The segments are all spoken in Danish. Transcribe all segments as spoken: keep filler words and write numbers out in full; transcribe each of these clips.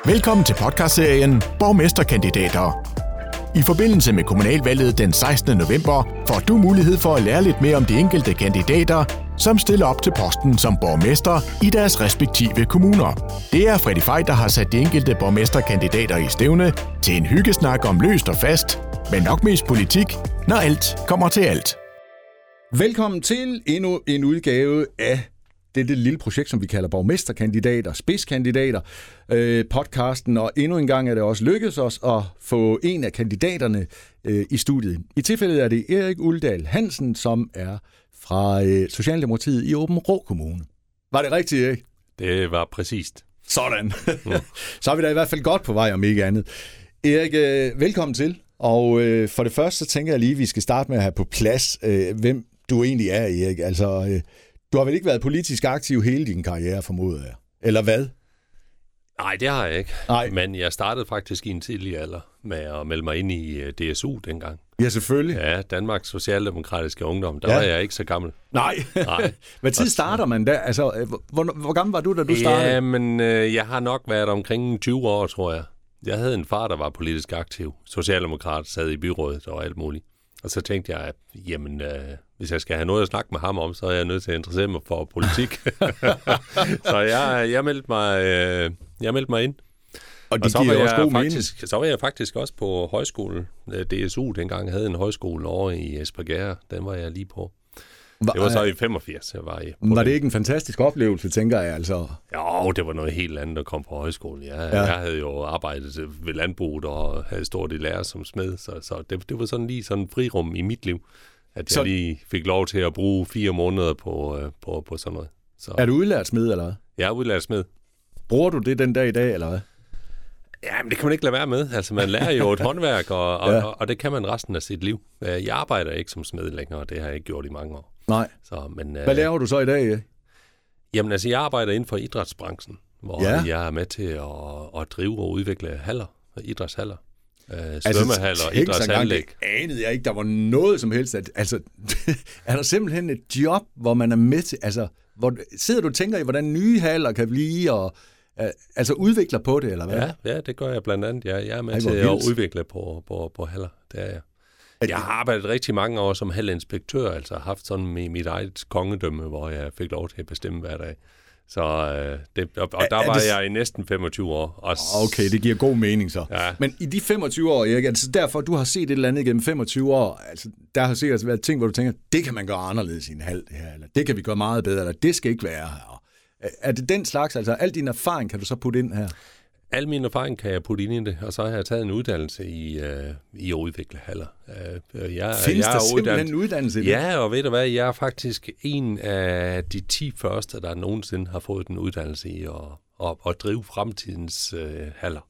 Velkommen til podcastserien Borgmesterkandidater. I forbindelse med kommunalvalget den sekstende november får du mulighed for at lære lidt mere om de enkelte kandidater, som stiller op til posten som borgmester i deres respektive kommuner. Det er Freddy Fej, der har sat de enkelte borgmesterkandidater i stævne til en hyggesnak om løst og fast, men nok mest politik, når alt kommer til alt. Velkommen til endnu en udgave af dette lille projekt, som vi kalder borgmesterkandidater, spidskandidater, øh, podcasten, og endnu en gang er det også lykkedes os at få en af kandidaterne øh, i studiet. I tilfældet er det Erik Uldal Hansen, som er fra øh, Socialdemokratiet i Aabenraa Kommune. Var det rigtigt, Erik? Det var præcist. Sådan. Mm. Så er vi da i hvert fald godt på vej, om ikke andet. Erik, øh, velkommen til. Og øh, for det første, så tænker jeg lige, at vi skal starte med at have på plads, øh, hvem du egentlig er, Erik. Altså, øh, du har vel ikke været politisk aktiv hele din karriere, formoder jeg? Eller hvad? Nej, det har jeg ikke. Nej. Men jeg startede faktisk i en tidlig alder med at melde mig ind i D S U dengang. Ja, selvfølgelig. Ja, Danmarks Socialdemokratiske Ungdom. Der ja. var jeg ikke så gammel. Nej. Nej. Hvad tid starter man der? Altså, hvor, hvor gammel var du, da du startede? Ja, men øh, jeg har nok været omkring tyve år, tror jeg. Jeg havde en far, der var politisk aktiv. Socialdemokrat, sad i byrådet og alt muligt. Og så tænkte jeg, at jamen, øh, hvis jeg skal have noget at snakke med ham om, så er jeg nødt til at interessere mig for politik. så jeg, jeg, meldte mig, øh, jeg meldte mig ind. Og det og så giver var også god faktisk, mening. Så var jeg faktisk også på højskole. D S U dengang havde en højskole over i Esbjerg. Den var jeg lige på. Var, det var så i femogfirs, jeg var i. Var det ikke en fantastisk oplevelse, tænker jeg altså? Jo, det var noget helt andet at komme på højskole. Jeg, ja. jeg havde jo arbejdet ved landbruget og havde stort i lærer som smed, så, så det, det var sådan lige sådan en frirum i mit liv, at så... jeg lige fik lov til at bruge fire måneder på, på, på sådan noget. Så... Er du udlært smed, eller hvad? Jeg er udlært smed. Bruger du det den dag i dag, eller hvad? Ja, men det kan man ikke lade være med. Altså, man lærer jo et håndværk, og, og, ja. og, og det kan man resten af sit liv. Jeg arbejder ikke som smed længere, og det har jeg ikke gjort i mange år. Nej. Så, men, Hvad øh, laver du så i dag? Ja? Jamen, altså, jeg arbejder inden for idrætsbranchen, hvor ja. jeg er med til at, at drive og udvikle haller, idrætshaller. Øh, svømmehaller, altså, idrætsanlæg. Det anede jeg ikke, der var noget som helst. At, altså, er der simpelthen et job, hvor man er med til... Altså, hvor, sidder du og tænker i, hvordan nye haller kan blive, og altså udvikler på det, eller hvad? Ja, ja, det gør jeg blandt andet. Jeg, jeg er med Ej, til at vildt. udvikle på, på, på haller. Det er jeg. Jeg har arbejdet rigtig mange år som hallinspektør, altså haft sådan mit, mit eget kongedømme, hvor jeg fik lov til at bestemme hver dag. Så øh, det, og, og der er, er var det... jeg i næsten femogtyve år. Og... Okay, det giver god mening så. Ja. Men i de femogtyve år, Erik, altså derfor, du har set et eller andet gennem femogtyve år, altså der har sikkert været ting, hvor du tænker, det kan man gøre anderledes i en halv, det her, eller det kan vi gøre meget bedre, eller det skal ikke være her. Er det den slags, altså al din erfaring kan du så putte ind her? Al min erfaring kan jeg putte ind i det, og så har jeg taget en uddannelse i, øh, i at udvikle haller. Øh, jeg, Findes jeg der er simpelthen en uddannelse i det? Ja, og ved du hvad, jeg er faktisk en af de ti første, der nogensinde har fået en uddannelse i at, at, at drive fremtidens øh, haller.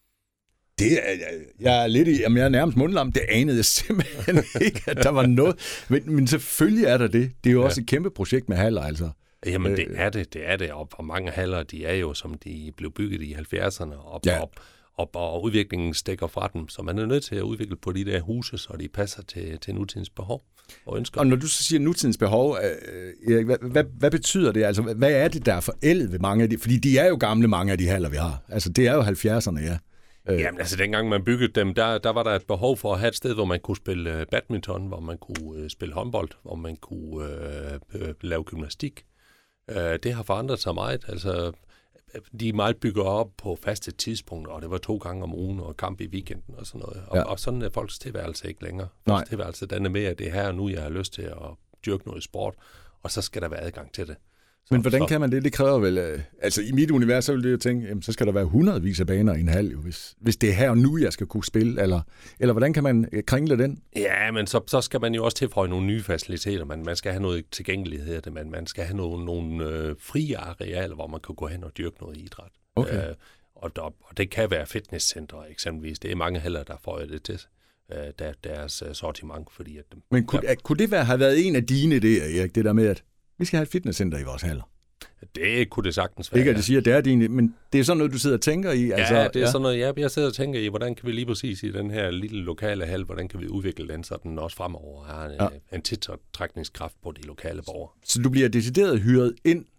Det er, jeg er lidt i, jamen jeg er nærmest mundlam, det anede jeg simpelthen ikke, at der var noget. Men, men selvfølgelig er der det. Det er jo også ja. et kæmpe projekt med haller, altså. Jamen det er det, det er det, og mange haller, de er jo, som de blev bygget i halvfjerdserne, og, ja. og, og, og udviklingen stikker fra dem, så man er nødt til at udvikle på de der huse, så de passer til, til nutidens behov og ønsker. Og når du så siger nutidens behov, øh, Erik, hvad, hvad, hvad betyder det? Altså, hvad er det, der er forældet ved mange af de, fordi de er jo gamle, mange af de haller, vi har. Altså, det er jo halvfjerdserne, ja. Øh. Jamen altså, dengang man byggede dem, der, der var der et behov for at have et sted, hvor man kunne spille badminton, hvor man kunne øh, spille håndbold, hvor man kunne øh, øh, lave gymnastik. Det har forandret sig meget. Altså, de er meget bygget op på faste tidspunkter, og det var to gange om ugen og kamp i weekenden og sådan noget. Og, ja. og sådan er folks tilværelse ikke længere. Folks Nej. tilværelse, den er med, at det er her og nu, jeg har lyst til at dyrke noget sport, og så skal der være adgang til det. Så, Men hvordan så... kan man det? Det kræver vel... Øh, altså i mit univers, så vil det jo tænke, jamen, så skal der være hundredvis af baner i en halv, hvis, hvis det er her og nu, jeg skal kunne spille, eller, eller hvordan kan man kringle den? Ja, men så, så skal man jo også tilføje nogle nye faciliteter. Man, man skal have noget tilgængelighed, man, man skal have nogle, nogle øh, frie arealer, hvor man kan gå hen og dyrke noget idræt. Okay. Øh, og, der, og det kan være fitnesscentre eksempelvis. Det er mange haller, der får det til øh, der, deres uh, sortiment. Fordi at, men kunne, der, kunne det være, have været en af dine idéer, Erik, det der med, at vi skal have et fitnesscenter i vores haller? Det kunne det sagtens være. Ikke at det siger, at det er din, men det er sådan noget, du sidder og tænker i? Altså, ja, det er ja. sådan noget, ja, jeg sidder og tænker i, hvordan kan vi lige præcis i den her lille lokale hal, hvordan kan vi udvikle den, så den også fremover har en, ja. en tiltrækningskraft på de lokale borgere. Så du bliver decideret hyret ind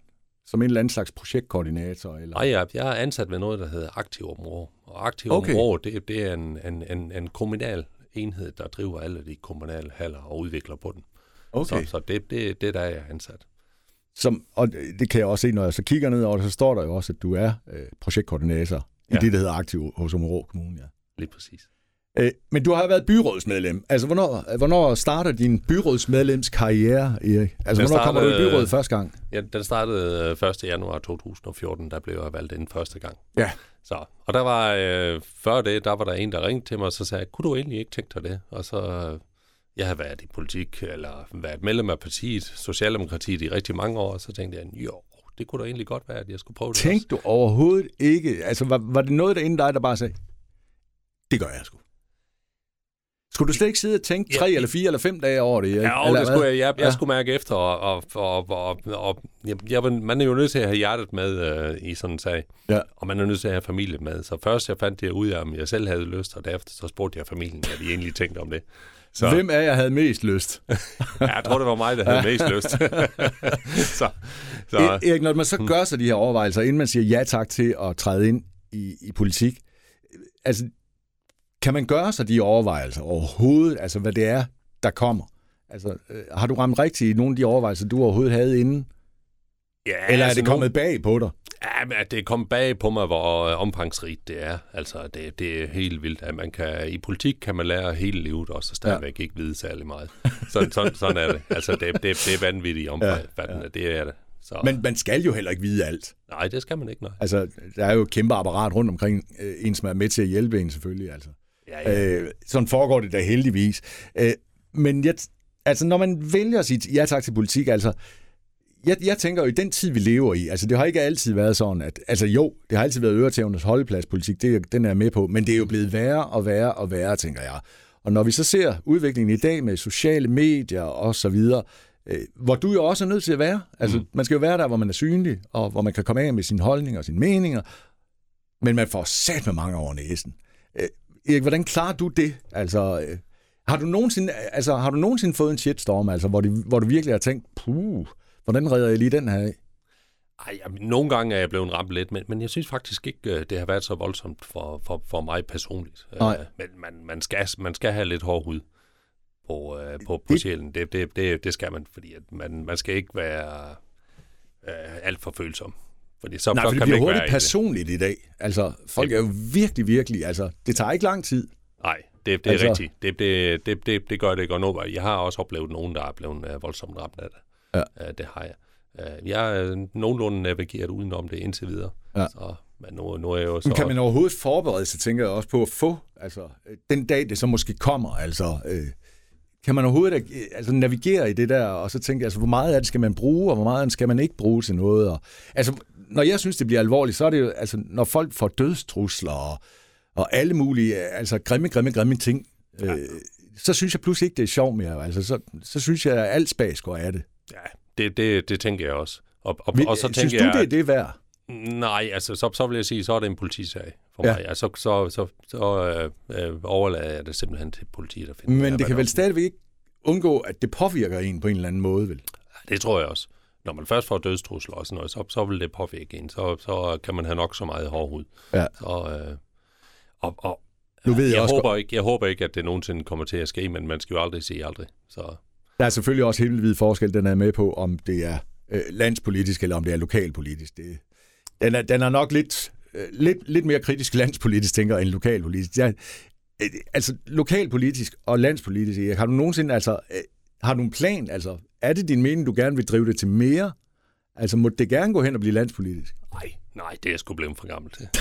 som en eller anden slags projektkoordinator? Eller? Nej, jeg, jeg er ansat ved noget, der hedder Aktivområdet. Og Aktivområdet, okay. det, det er en, en, en, en kommunal enhed, der driver alle de kommunale haller og udvikler på den. Okay. Så, så det, det, det er der, jeg er ansat. Som, og det kan jeg også se, når jeg så kigger ned over det, så står der jo også, at du er øh, projektkoordinator ja. i det, der hedder Aktiv hos Aabenraa Kommune. Ja. Lige præcis. Øh, men du har været byrådsmedlem. Altså, hvornår, hvornår starter din byrådsmedlemskarriere, Erik? Altså, den hvornår startede, kommer du i byrådet første gang? Ja, den startede første januar to tusind og fjorten, der blev jeg valgt ind første gang. Ja. Så, og der var, øh, før det, der var der en, der ringte til mig og så sagde, kunne du egentlig ikke tænke dig det? Og så, jeg har været i politik, eller været medlem af partiet, Socialdemokratiet i rigtig mange år, og så tænkte jeg, jo, det kunne da egentlig godt være, at jeg skulle prøve det. Tænkte du overhovedet ikke, altså var, var det noget derinde dig, der bare sagde, det gør jeg sgu? Skulle du slet ikke sidde og tænke tre ja, eller fire eller fem dage over det? Ikke? Ja, eller det skulle jeg. Jeg, jeg ja. skulle mærke efter, og, og, og, og, og jeg, man er jo nødt til at have hjertet med øh, i sådan en sag. Ja. Og man er nødt til at have familie med. Så først jeg fandt det ud af, om jeg selv havde lyst, og derefter så spurgte jeg familien, hvad de egentlig tænkte om det. Så. Hvem af jer havde mest lyst? Ja, jeg tror, det var mig, der havde mest lyst. så, så. Erik, når man så gør sig de her overvejelser, inden man siger ja tak til at træde ind i, i politik, altså kan man gøre sig de overvejelser overhovedet, altså hvad det er, der kommer? Altså, øh, har du ramt rigtigt i nogle af de overvejelser, du overhovedet havde inden? Ja, eller er altså det kommet nogle... bag på dig? Ja, men det er kommet bag på mig, hvor omfangsrigt det er. Altså, det, det er helt vildt, at man kan, i politik kan man lære hele livet, og så stadigvæk ja. ikke vide særlig meget. Sådan, sådan, sådan er det. Altså, det, det, det er vanvittigt omfattende, ja, ja. det er det. Så. Men man skal jo heller ikke vide alt. Nej, det skal man ikke, nej. Altså, der er jo et kæmpe apparat rundt omkring, øh, en som er med til at hjælpe en selvfølgelig, altså. Ja, ja. Øh, sådan foregår det da heldigvis. Øh, men jeg, altså, når man vælger at sige ja tak til politik, altså, jeg, jeg tænker jo i den tid, vi lever i, altså det har ikke altid været sådan, at, altså jo, det har altid været øretævernes holdepladspolitik, det, den er jeg med på, men det er jo blevet værre og værre og værre, tænker jeg. Og når vi så ser udviklingen i dag med sociale medier og så videre, øh, hvor du jo også er nødt til at være, altså mm. man skal jo være der, hvor man er synlig, og hvor man kan komme af med sine holdninger og sine meninger, men man får sat med mange over næsen. Øh, Erik, hvordan klarer du det? Altså, øh, har du nogensinde, altså, har du nogensinde fået en shitstorm, altså, hvor, de, hvor du virkelig har tænkt, puh, hvordan redder jeg lige den her af? Ej, jamen, nogle gange er jeg blevet ramt lidt, men, men jeg synes faktisk ikke, det har været så voldsomt for, for, for mig personligt. Uh, men man, man, skal, man skal have lidt hård hud på, uh, på, på sjælen. Det, det, det, det skal man, fordi at man, man skal ikke være uh, alt for følsom. Fordi så, Nej, så for det kan bliver ikke hurtigt være personligt i dag. Altså, folk det, er jo virkelig, virkelig, altså, det tager ikke lang tid. Nej, det, det er altså, rigtigt. Det, det, det, det, det gør det godt nu. Jeg har også oplevet nogen, der er blevet uh, voldsomt ramt af det. Ja. Uh, det har jeg. Uh, jeg er nogenlunde navigeret udenom det indtil videre. Ja. Så, men nu, nu er jeg jo så... Men kan man overhovedet forberede sig, tænker jeg også på at få, altså, den dag det så måske kommer, altså... Øh, kan man overhovedet altså, navigere i det der, og så tænke, altså, hvor meget af det skal man bruge, og hvor meget af det skal man ikke bruge til noget? Og, altså, når jeg synes, det bliver alvorligt, så er det jo, altså, når folk får dødstrusler og, og alle mulige, altså, grimme, grimme, grimme ting, ja. øh, så synes jeg pludselig ikke, det er sjovt mere. Altså, så, så synes jeg, at alt spas går af det. Ja, det, det, det tænker jeg også. Og, og, Men, og så synes tænker du, jeg, det er det værd? Nej, altså, så, så vil jeg sige, så er det en politisag for ja. mig. Altså, så så, så øh, overlader jeg det simpelthen til politiet at finde. Men det kan vel stadigvæk ikke undgå, at det påvirker en på en eller anden måde, vel? Ja, det tror jeg også. Når man først får dødstrusler og sådan noget, så, så vil det påvirke en. Så, så kan man have nok så meget hård hud. Ja. Så, øh, og, og, nu ved jeg, jeg, også håber ikke, jeg håber ikke, at det nogensinde kommer til at ske, men man skal jo aldrig sige aldrig. Så. Der er selvfølgelig også helt vildt forskel, den er med på, om det er øh, landspolitisk, eller om det er lokalpolitisk. Det, den, er, den er nok lidt, øh, lidt, lidt mere kritisk landspolitisk, tænker jeg, end lokalpolitisk. Jeg, øh, altså, lokalpolitisk og landspolitisk, har du nogensinde, altså, øh, har du en plan, altså, er det din mening, du gerne vil drive det til mere? Altså, må det gerne gå hen og blive landspolitisk? Nej, nej, det er jeg sgu blevet for gammel til.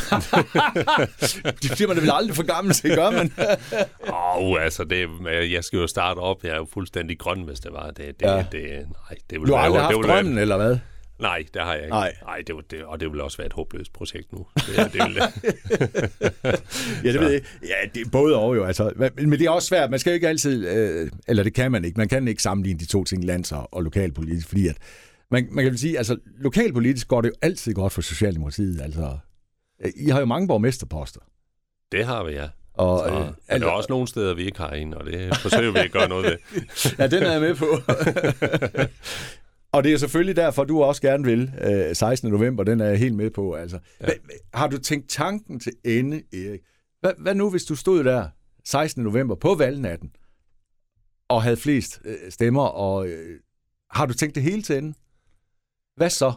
Det bliver man da vel aldrig for gammel til, gør man? Åh, oh, altså, det, jeg skal jo starte op. Jeg er jo fuldstændig grøn, hvis det var. Det, det, ja. det, nej, det ville du har aldrig være, haft det drømmen, være, eller hvad? Nej, det har jeg ikke. Nej, nej det, det, og det vil også være et håbløst projekt nu. Det, det vil ja, det ved jeg. Ja, det er både og jo. Altså. Men det er også svært. Man skal jo ikke altid, øh, eller det kan man ikke. Man kan ikke sammenligne de to ting, lands- og lokalpolitisk, fordi at Man, man kan vel sige, altså lokalpolitisk går det jo altid godt for Socialdemokratiet. Altså, I har jo mange borgmesterposter. Det har vi, ja. Og, så, øh, altså, der er også nogle steder, vi ikke har en, og det forsøger vi at gøre noget ved. Ja, den er jeg med på. Og det er selvfølgelig derfor, du også gerne vil øh, sekstende november, den er jeg helt med på. Altså. Ja. Har du tænkt tanken til ende, Erik? Hvad, hvad nu, hvis du stod der sekstende november på valgnatten, og havde flest øh, stemmer, og øh, har du tænkt det hele til ende? Hvad så?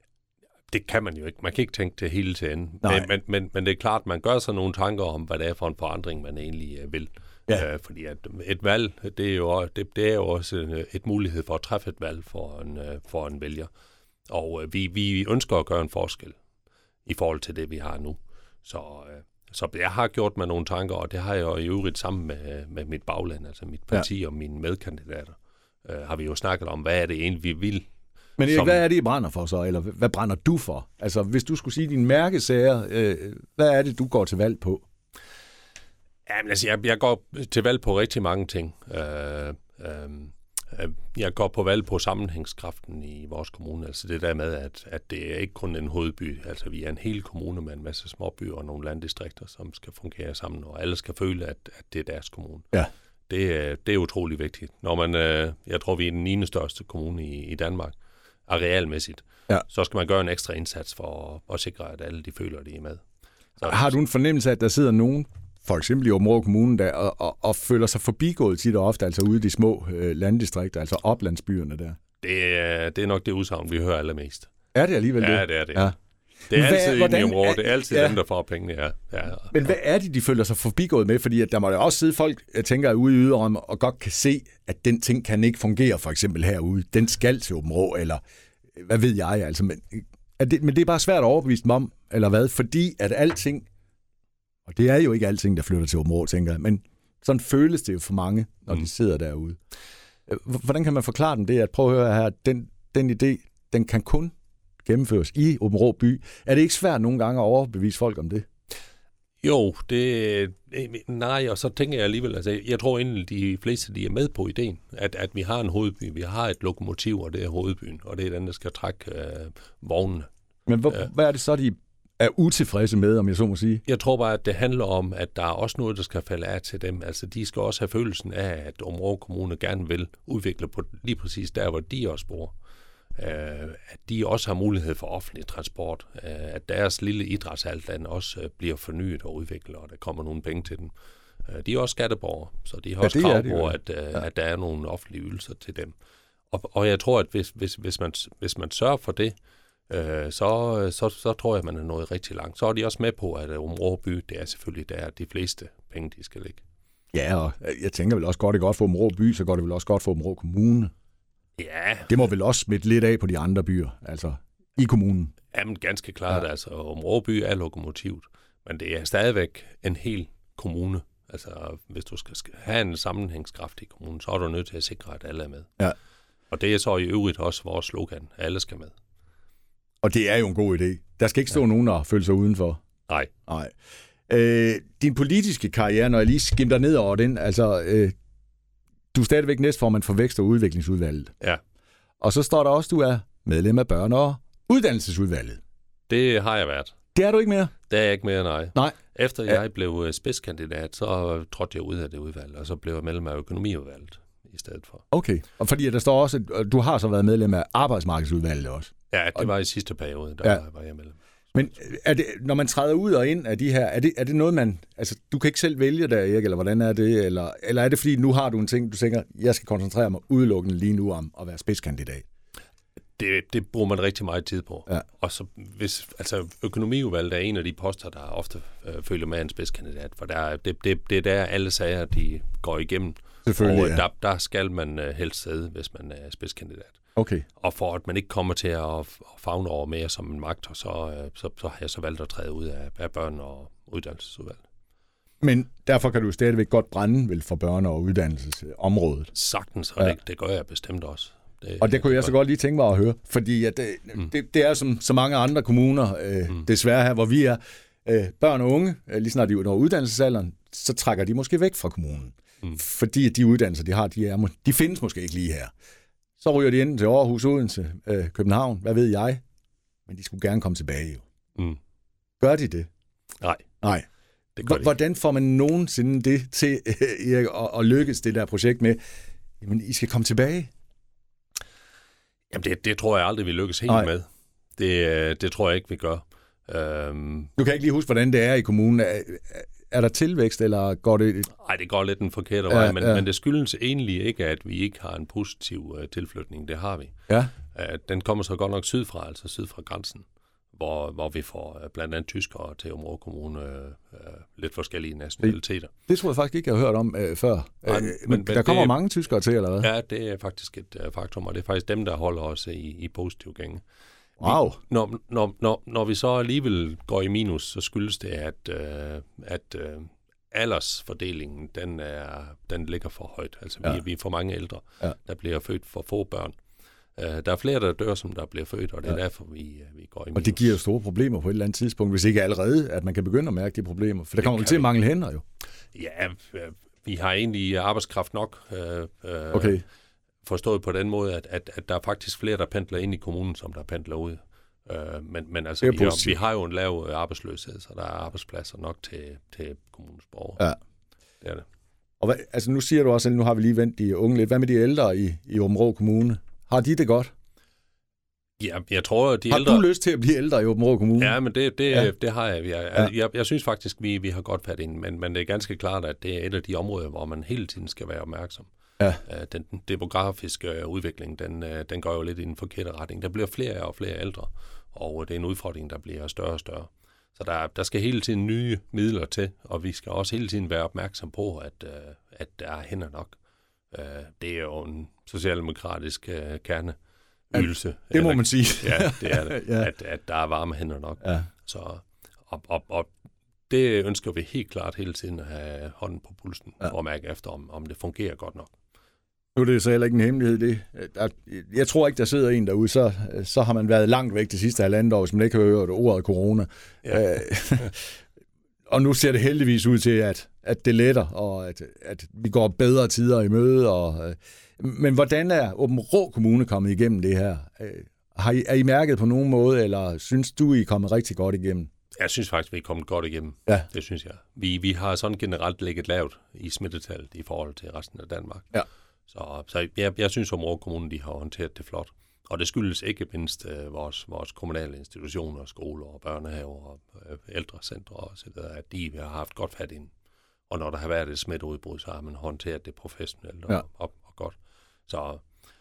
Det kan man jo ikke. Man kan ikke tænke det hele til ende. Men, men, men, men det er klart, man gør sig nogle tanker om, hvad det er for en forandring, man egentlig øh, vil. Ja. Øh, fordi at et valg, det er jo, det, det er jo også en, et mulighed for at træffe et valg for en, øh, for en vælger. Og øh, vi, vi ønsker at gøre en forskel i forhold til det, vi har nu. Så, øh, så jeg har gjort mig nogle tanker, og det har jeg jo i øvrigt sammen med, med mit bagland, altså mit parti ja. og mine medkandidater, øh, har vi jo snakket om, hvad er det egentlig, vi vil. Men Erik, som... hvad er det, I brænder for så? Eller hvad brænder du for? Altså, hvis du skulle sige dine mærkesager, øh, hvad er det, du går til valg på? Jamen, altså, jeg, jeg går til valg på rigtig mange ting. Øh, øh, jeg går på valg på sammenhængskraften i vores kommune. Altså det der med, at, at det er ikke kun en hovedby. Altså vi er en hel kommune med en masse småbyer og nogle landdistrikter, som skal fungere sammen, og alle skal føle, at, at det er deres kommune. Ja. Det, det er utrolig vigtigt. Når man, øh, jeg tror, vi er den niende største kommune i, i Danmark, arealmæssigt, ja. Så skal man gøre en ekstra indsats for at, at sikre, at alle de føler, at de er med. Så, har du en fornemmelse af, at der sidder nogen, for eksempel i Aabenraa Kommune, der, og, og, og føler sig forbigået tit og ofte, altså ude i de små øh, landdistrikter, altså oplandsbyerne der? Det er, det er nok det udsagn, vi hører allermest. Er det alligevel det? Ja, det er det. Ja. Det er altid inde i Aabenraa, det er altid ja. dem, der får pengene, ja. ja. Men hvad er det, de føler sig forbigået med? Fordi at der må jo også sidde folk, jeg tænker, ude i yderrum, og godt kan se, at den ting kan ikke fungere, for eksempel herude. Den skal til Aabenraa, eller hvad ved jeg, altså. Men, er det, men det er bare svært at overbevise dem om, eller hvad? Fordi at alting, og det er jo ikke alting, der flytter til Aabenraa, tænker jeg, men sådan føles det jo for mange, når mm. de sidder derude. Hvordan kan man forklare dem det, at prøve at høre her, den, den idé, den kan kun gennemføres i Aabenraa by. Er det ikke svært nogle gange at overbevise folk om det? Jo, det nej, og så tænker jeg alligevel, altså jeg tror egentlig, de fleste de er med på ideen, at, at vi har en hovedby, vi har et lokomotiv, og det er hovedbyen, og det er den, der skal trække øh, vognene. Men hvor, øh, hvad er det så, de er utilfredse med, om jeg så må sige? Jeg tror bare, at det handler om, at der er også noget, der skal falde af til dem. Altså, de skal også have følelsen af, at Aabenraa Kommune gerne vil udvikle på lige præcis der, hvor de også bor. Uh, at de også har mulighed for offentlig transport. Uh, at deres lille idrætshal, den også uh, bliver fornyet og udviklet, og der kommer nogle penge til dem. Uh, de er også skatteborgere, så de har ja, også krav på, at, uh, ja. at der er nogle offentlige ydelser til dem. Og, og jeg tror, at hvis, hvis, hvis, man, hvis man sørger for det, Øh, så, så, så tror jeg, at man er nået rigtig langt. Så er de også med på, at Aabenraa by, det er selvfølgelig der, de fleste penge, de skal ligge. Ja, og jeg tænker vel også godt, det er godt for Aabenraa by, så går det vel også godt for Aabenraa Kommune. Ja. Det må vel også smitte lidt af på de andre byer, altså i kommunen. Jamen, ganske klart, ja. Altså Aabenraa by er lokomotivet, men det er stadigvæk en hel kommune. Altså, hvis du skal have en sammenhængskraft i kommunen, så er du nødt til at sikre, at alle er med. Ja. Og det er så i øvrigt også vores slogan, at alle skal med. Og det er jo en god idé. Der skal ikke stå ja. nogen, der føler sig udenfor. Nej. Nej. Øh, din politiske karriere, når jeg lige skimter ned over den, altså, øh, du er stadigvæk næstformand for Vækst- og Udviklingsudvalget. Ja. Og så står der også, du er medlem af Børne- og Uddannelsesudvalget. Det har jeg været. Det er du ikke mere? Det er jeg ikke mere, nej. Nej. Efter ja. jeg blev spidskandidat, så trådte jeg ud af det udvalg, og så blev jeg medlem af Økonomiudvalget i stedet for. Okay. Og fordi der står også, at du har så været medlem af Arbejdsmarkedsudvalget også. Ja, det var i sidste periode, der ja. var jeg medlem. Men er det, når man træder ud og ind af de her, er det, er det noget, man... Altså, du kan ikke selv vælge der, Erik, eller hvordan er det? Eller, eller er det, fordi nu har du en ting, du tænker, jeg skal koncentrere mig udelukkende lige nu om at være spidskandidat? Det, det bruger man rigtig meget tid på. Ja. Og så hvis... Altså, økonomiudvalget er en af de poster, der ofte øh, følger med en spidskandidat, for der, det, det, det er der, alle sager, de går igennem. Selvfølgelig, og ja. der, der skal man øh, helst sidde, hvis man er spidskandidat. Okay. Og for at man ikke kommer til at, at favne over mere som en magt, så, så, så har jeg så valgt at træde ud af, af børn- og uddannelsesudvalget. Men derfor kan du stadigvæk godt brænde vel for børne- og uddannelsesområdet? Sagtens, og ja. det, det gør jeg bestemt også. Det, og det kunne jeg så godt lige tænke mig at høre, fordi at det, mm. det, det er som så mange andre kommuner, øh, mm. desværre her, hvor vi er, øh, børn og unge, øh, lige snart de når uddannelsesalderen, så trækker de måske væk fra kommunen. Mm. Fordi de uddannelser, de har, de, er, de findes måske ikke lige her. Så ryger de ind til Aarhus, Odense, øh, København, hvad ved jeg. Men de skulle gerne komme tilbage jo. Mm. Gør de det? Nej. Nej. Det gør de. Hvordan får man nogensinde det til, Erik, at, at lykkes det der projekt med, jamen I skal komme tilbage? Jamen, det, det tror jeg aldrig, vi lykkes helt Nej. med. Det, det tror jeg ikke, vi gør. Øhm... Du kan ikke lige huske, hvordan det er i kommunen. Er, er der tilvækst, eller går det... Nej, det går lidt den forkerte vej, ja, men, ja. men det skyldes egentlig ikke, at vi ikke har en positiv uh, tilflytning. Det har vi. Ja. Uh, den kommer så godt nok sydfra, altså syd fra grænsen, hvor, hvor vi får uh, blandt andet tyskere til Aabenraa Kommune, uh, lidt forskellige nationaliteter. Det, det tror jeg faktisk ikke, jeg har hørt om uh, før. Nej, men, men, der men kommer det, mange tyskere til, eller hvad? Ja, det er faktisk et uh, faktum, og det er faktisk dem, der holder os i, i positiv gænge. Wow. Vi, når, når, når, når vi så alligevel går i minus, så skyldes det, at, uh, at uh, aldersfordelingen, den, er, den ligger for højt. Altså, vi, ja. vi er for mange ældre, ja. der bliver født for få børn. Uh, der er flere, der dør, som der bliver født, og det er ja. derfor, vi, uh, vi går i minus. Og det giver jo store problemer på et eller andet tidspunkt, hvis ikke allerede, at man kan begynde at mærke de problemer. For der kommer til at mangle hænder jo. Ja, vi har egentlig arbejdskraft nok. Uh, okay. Forstået på den måde, at, at, at der er faktisk flere, der pendler ind i kommunen, som der pendler ud. Uh, men, men altså, vi har, vi har jo en lav arbejdsløshed, så der er arbejdspladser nok til, til kommunens borgere. Ja. Det er det. Og hvad, altså nu siger du også, at nu har vi lige vendt de unge lidt. Hvad med de ældre i, i Aabenraa Kommune? Har de det godt? Ja, jeg tror, at de har ældre... Har du lyst til at blive ældre i Aabenraa Kommune? Ja, men det, det, ja. det har jeg. Jeg, ja. jeg. Jeg synes faktisk, vi, vi har godt fat ind, men, men det er ganske klart, at det er et af de områder, hvor man hele tiden skal være opmærksom. Ja. Den demografiske udvikling, den, den går jo lidt i den forkerte retning. Der bliver flere og flere ældre, og det er en udfordring, der bliver større og større. Så der, der skal hele tiden nye midler til, og vi skal også hele tiden være opmærksom på, at, at der er hænder nok. Det er jo en socialdemokratisk kerneydelse. Ja, det må man sige. Ja, det er det. ja. at, at der er varme hænder nok. Ja. Så, og, og, og det ønsker vi helt klart hele tiden at have hånden på pulsen, ja. for at mærke efter, om, om det fungerer godt nok. Nu er det så heller ikke en hemmelighed, det. Jeg tror ikke, der sidder en derude, så, så har man været langt væk det sidste halvandet år, hvis man ikke har hørt ordet corona. Ja. Og nu ser det heldigvis ud til, at, at det letter, og at, at vi går bedre tider i møde. Og, men hvordan er Aabenraa Kommune kommet igennem det her? Har I, er I mærket på nogen måde, eller synes du, I er kommet rigtig godt igennem? Jeg synes faktisk, vi er kommet godt igennem. Ja. Det synes jeg. Vi, vi har sådan generelt ligget lavt i smittetallet i forhold til resten af Danmark. Ja. Så, så jeg, jeg synes, at Aabenraa Kommune de har håndteret det flot. Og det skyldes ikke mindst uh, vores, vores kommunale institutioner, skoler og børnehaver og uh, ældrecentre og så videre, at de har haft godt fat ind. Og når der har været et smitteudbrud, så har man håndteret det professionelt og, ja. og, og godt. Så,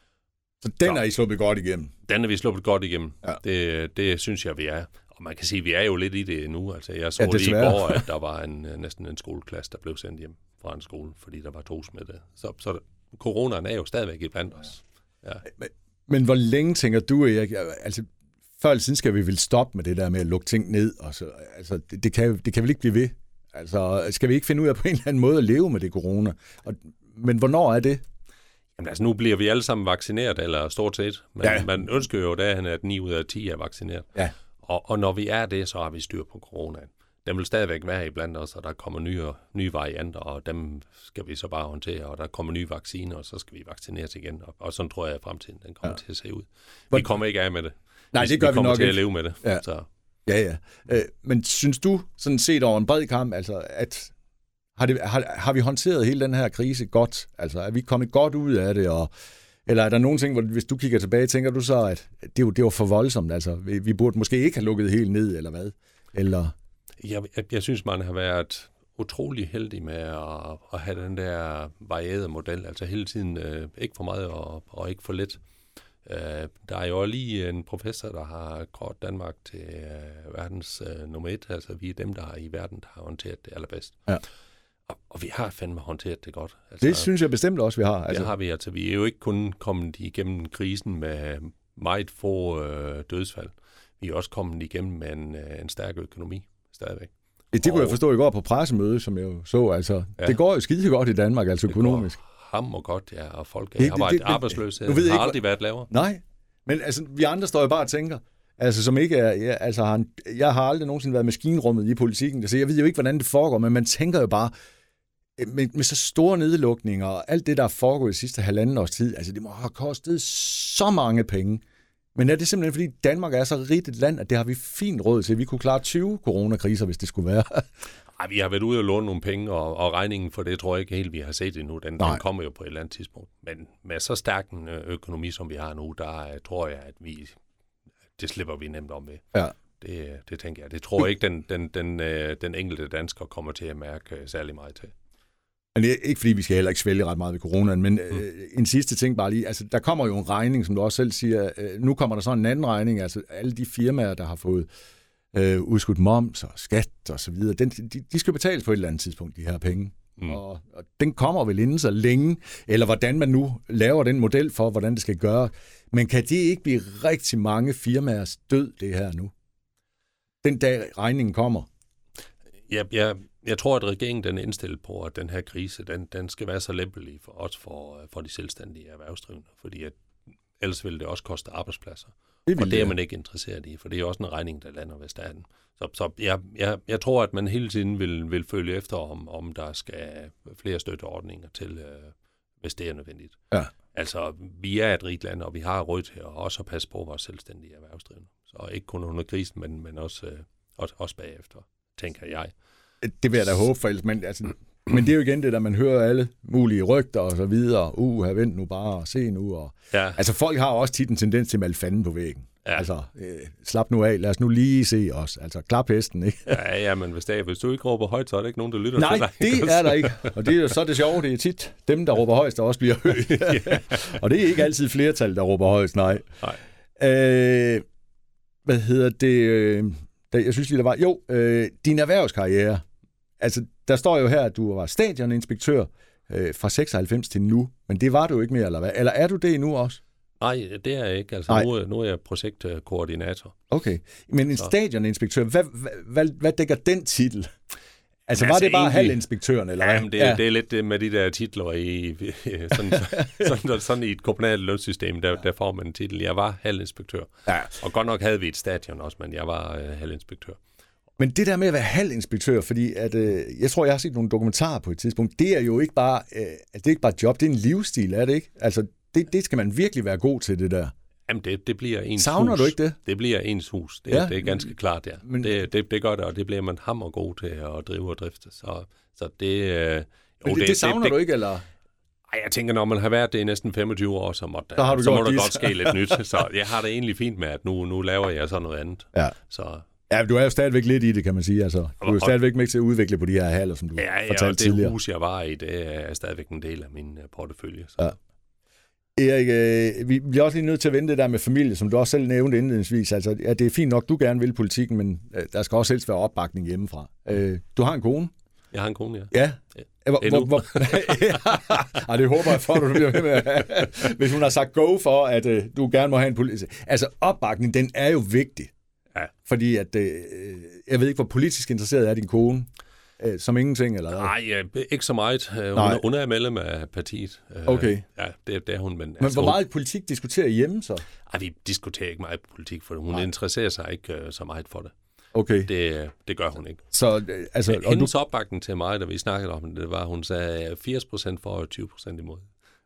så den så, er I sluppet godt igennem? Den er vi sluppet godt igennem. Ja. Det, det synes jeg, vi er. Og man kan sige, at vi er jo lidt i det nu. Altså, jeg så ja, lige i går, at der var en, næsten en skoleklasse, der blev sendt hjem fra en skole, fordi der var to smittede. Så, så coronaen er jo stadigvæk i blandt os. Ja. Men, men hvor længe tænker du, Erik? Altså, før eller siden skal vi vel stoppe med det der med at lukke ting ned. Og så, altså, det, det, kan, det kan vel ikke blive ved? Altså, skal vi ikke finde ud af på en eller anden måde at leve med det corona? Og, men hvornår er det? Jamen altså, nu bliver vi alle sammen vaccineret, eller stort set. Men ja. Man ønsker jo, at ni ud af ti er vaccineret. Ja. Og, og når vi er det, så har vi styr på coronaen. Den vil stadigvæk være iblandt os, og der kommer nye, nye varianter, og dem skal vi så bare håndtere, og der kommer nye vacciner, og så skal vi vaccineres igen. Og, og sådan tror jeg, at fremtiden den kommer ja. til at se ud. Vi kommer ikke af med det. Nej, det gør vi, vi kommer nok til ikke. at leve med det. Ja, så. ja. ja. Øh, men synes du, sådan set over en bred kamp, altså, at har, det, har, har vi håndteret hele den her krise godt? Altså, er vi kommet godt ud af det, og eller er der nogle ting, hvor hvis du kigger tilbage, tænker du så, at det var, det var for voldsomt? Altså, vi, vi burde måske ikke have lukket helt ned, eller hvad? Eller... Jeg, jeg, jeg synes, man har været utrolig heldig med at, at have den der varierede model. Altså hele tiden øh, ikke for meget og, og ikke for lidt. Øh, der er jo lige en professor, der har kåret Danmark til øh, verdens øh, nummer et. Altså vi er dem, der har i verden, der har håndteret det allerbedst. Ja. Og, og vi har fandme håndteret det godt. Altså, det synes jeg bestemt også, vi har. Altså. Det har vi. Altså, vi er jo ikke kun kommet igennem krisen med meget få øh, dødsfald. Vi er også kommet igennem med en, en stærk økonomi stadigvæk. Det kunne og, jeg forstå i går på pressemøde, som jeg jo så. Altså, ja. Det går jo skide godt i Danmark, altså det økonomisk. Hammer godt, ja. Og folk det, har været arbejdsløse. Det har ikke, aldrig været lavere. Nej, men altså, vi andre står jo bare og tænker, altså som ikke er, ja, altså har en, jeg har aldrig nogensinde været maskinrummet i politikken, så jeg ved jo ikke, hvordan det foregår, men man tænker jo bare, med, med så store nedlukninger og alt det, der er foregået i sidste halvanden års tid, altså det må have kostet så mange penge. Men er det simpelthen, fordi Danmark er så rigt et land, at det har vi fint råd til? Vi kunne klare tyve coronakriser, hvis det skulle være. Ej, vi har været ude og låne nogle penge, og, og regningen for det tror jeg ikke helt, vi har set endnu. Den, den kommer jo på et eller andet tidspunkt. Men med så stærk en økonomi, som vi har nu, der tror jeg, at vi det slipper vi nemt om med. Ja. Det, det tænker jeg. Det tror jeg ikke, den, den, den, den enkelte dansker kommer til at mærke særlig meget til. Men det er ikke, fordi vi skal heller ikke svælge ret meget ved coronaen, men mm. øh, en sidste ting bare lige. Altså, der kommer jo en regning, som du også selv siger. Øh, nu kommer der så en anden regning. Altså, alle de firmaer, der har fået øh, udskudt moms og skat og så videre, den, de, de skal betales på et eller andet tidspunkt, de her penge. Mm. Og, og den kommer vel inden så længe, eller hvordan man nu laver den model for, hvordan det skal gøre. Men kan det ikke blive rigtig mange firmaers død, det her nu? Den dag regningen kommer. Ja, jeg, jeg tror, at regeringen den er indstillet på, at den her krise, den, den skal være så lempelig for os, for, for de selvstændige erhvervsdrivende, fordi at, ellers vil det også koste arbejdspladser. Det og det er man ikke interesseret i, for det er også en regning, der lander ved staten. Så, så jeg, jeg, jeg tror, at man hele tiden vil, vil følge efter, om, om der skal flere støtteordninger til, øh, hvis det er nødvendigt. Ja. Altså, vi er et rigt land, og vi har råd til at også passe på vores selvstændige erhvervsdrivende. Så ikke kun under krisen, men, men også, øh, også, også bagefter, tænker jeg. Det vil jeg da håbe for, men, altså, men det er jo igen det, der man hører alle mulige rygter og så videre. Uh, her vent nu bare og se nu. Og, ja. Altså, folk har også tit en tendens til at male fanden på væggen. Ja. Altså, øh, slap nu af, lad os nu lige se os. Altså, klap hesten, ikke? Ja, ja, men hvis, det er, hvis du ikke råber højt, så er der ikke nogen, der lytter Nej, til dig. Nej, det er der ikke. Og det er så det sjove, det er tit dem, der råber højst, der også bliver højt. Ja. Og det er ikke altid flertal, der råber højst, nej. nej. Øh, hvad hedder det? Øh, jeg synes lige, der var... Jo, øh, din erhvervskarriere. Altså, der står jo her, at du var stadioninspektør øh, fra seksoghalvfems til nu, men det var du ikke mere, eller hvad? Eller er du det nu også? Nej, det er jeg ikke. Altså, nu, nu er jeg projektkoordinator. Okay, men en stadioninspektør, hvad, hvad, hvad, hvad dækker den titel? Altså, men var altså, det bare egentlig... halvinspektøren, eller hvad? Jamen, det, ja. det er lidt med de der titler i sådan, sådan, sådan i et kommunalt lønsystem, der, der får man en titel. Jeg var halvinspektør. Ja. Og godt nok havde vi et stadion også, men jeg var øh, halvinspektør. Men det der med at være halvinspektør, fordi at, øh, jeg tror, jeg har set nogle dokumentarer på et tidspunkt, det er jo ikke bare, øh, det er ikke bare et job, det er en livsstil, er det ikke? Altså, det, det skal man virkelig være god til, det der. Jamen, det, det bliver ens Savner hus. du ikke det? Det bliver ens hus. Det, ja. det er ganske klart, ja. Men... Det, det, det gør det, og det bliver man hammer god til at drive og drifte. Så, så det... Øh, jo, det, det, det savner det, du ikke, eller... Ej, jeg tænker, når man har været det i næsten femogtyve år, så må, så har du så må der dit. godt ske lidt nyt. Så jeg har det egentlig fint med, at nu, nu laver jeg så noget andet. Ja. Så... Ja, du er jo stadigvæk lidt i det, kan man sige. Altså, du er jo stadigvæk med til at udvikle på de her haller, som du ja, fortalte ja, og det tidligere. hus, jeg var i, det er stadigvæk en del af min portefølje. Så. Ja. Erik, øh, vi bliver også lige nødt til at vende det der med familie, som du også selv nævnte indledningsvis. Altså, ja, det er fint nok, du gerne vil politikken, men øh, der skal også helst være opbakning hjemmefra. Øh, du har en kone? Jeg har en kone, ja. Ja? ja. Hvor, hvor, hvor... ja, det håber jeg for, du bliver med. Hvis hun har sagt go for, at øh, du gerne må have en politik. Altså, opbakning, den er jo vigtig. Ja. Fordi at, øh, jeg ved ikke, hvor politisk interesseret er din kone, øh, som ingenting, eller hvad? Nej, ikke så meget. Hun, er, hun er medlem af partiet. Okay. Ja, det, det er hun. Men, men altså, hvor meget hun... politik diskuterer I hjemme så? Ej, vi diskuterer ikke meget politik, for hun Nej. interesserer sig ikke uh, så meget for det. Okay. Det, det gør hun ikke. Så, altså, men, hendes du... opbakning til mig, da vi snakkede om det, var, hun sagde firs procent for og tyve procent imod.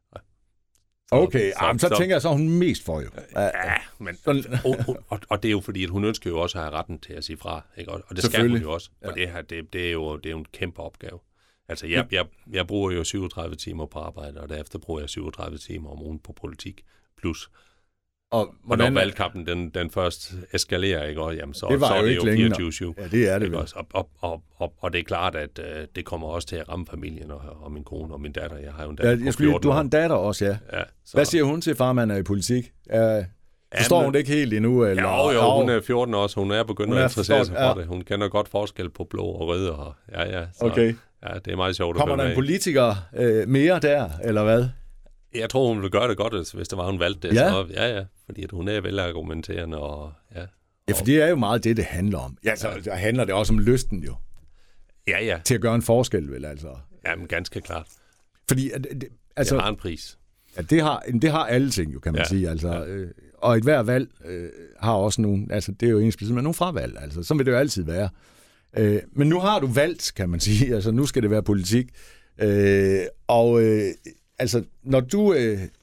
Okay, så, Jamen, så, så tænker jeg, så er hun mest for jo. Ja, men, og, og, og det er jo fordi, at hun ønsker jo også at have retten til at sige fra, ikke? Og det skal hun jo også, for ja. det her, det, det, er jo, det er jo en kæmpe opgave. Altså, jeg, jeg, jeg bruger jo syvogtredive timer på arbejde, og derefter bruger jeg syvogtredive timer om ugen på politik, plus. Og, og når valgkampen den, den først eskalerer, ikke? Og, jamen, så, det så er det jo fireogtyve syv. Ja, det er det vel. Og, og, og, og, og det er klart, at uh, det kommer også til at ramme familien og, og min kone og min datter. Jeg har jo en datter ja, jeg skulle, Du har en datter også, ja. ja så... Hvad siger hun til, farmand er i politik? Uh, forstår Jamen, hun det ikke helt endnu? Eller? Jo, jo, hun er fjorten år, så hun er begyndt at interessere sig for ja. det. Hun kender godt forskel på blå og røde. Og, ja, ja, så, okay. Ja, det er meget sjovt at Kommer der en politiker øh, mere der, eller hvad? Jeg tror, hun ville gøre det godt, hvis det var, hun valgte det. Ja, så, ja, ja, fordi at hun er velargumenterende. Og, ja, ja, for det er jo meget det, det handler om. Ja, så ja. handler det også om lysten jo. Ja, ja. Til at gøre en forskel, vel altså. Jamen, ganske klart. Fordi, altså, det har en pris. Ja, det har, det har alle ting jo, kan man ja. sige. Altså, ja. øh, og et hver valg øh, har også nogle, altså det er jo ens med nogle fravalg, altså. Sådan vil det jo altid være. Øh, men nu har du valgt, kan man sige. Altså, nu skal det være politik. Øh, og... Øh, Altså, når du øh,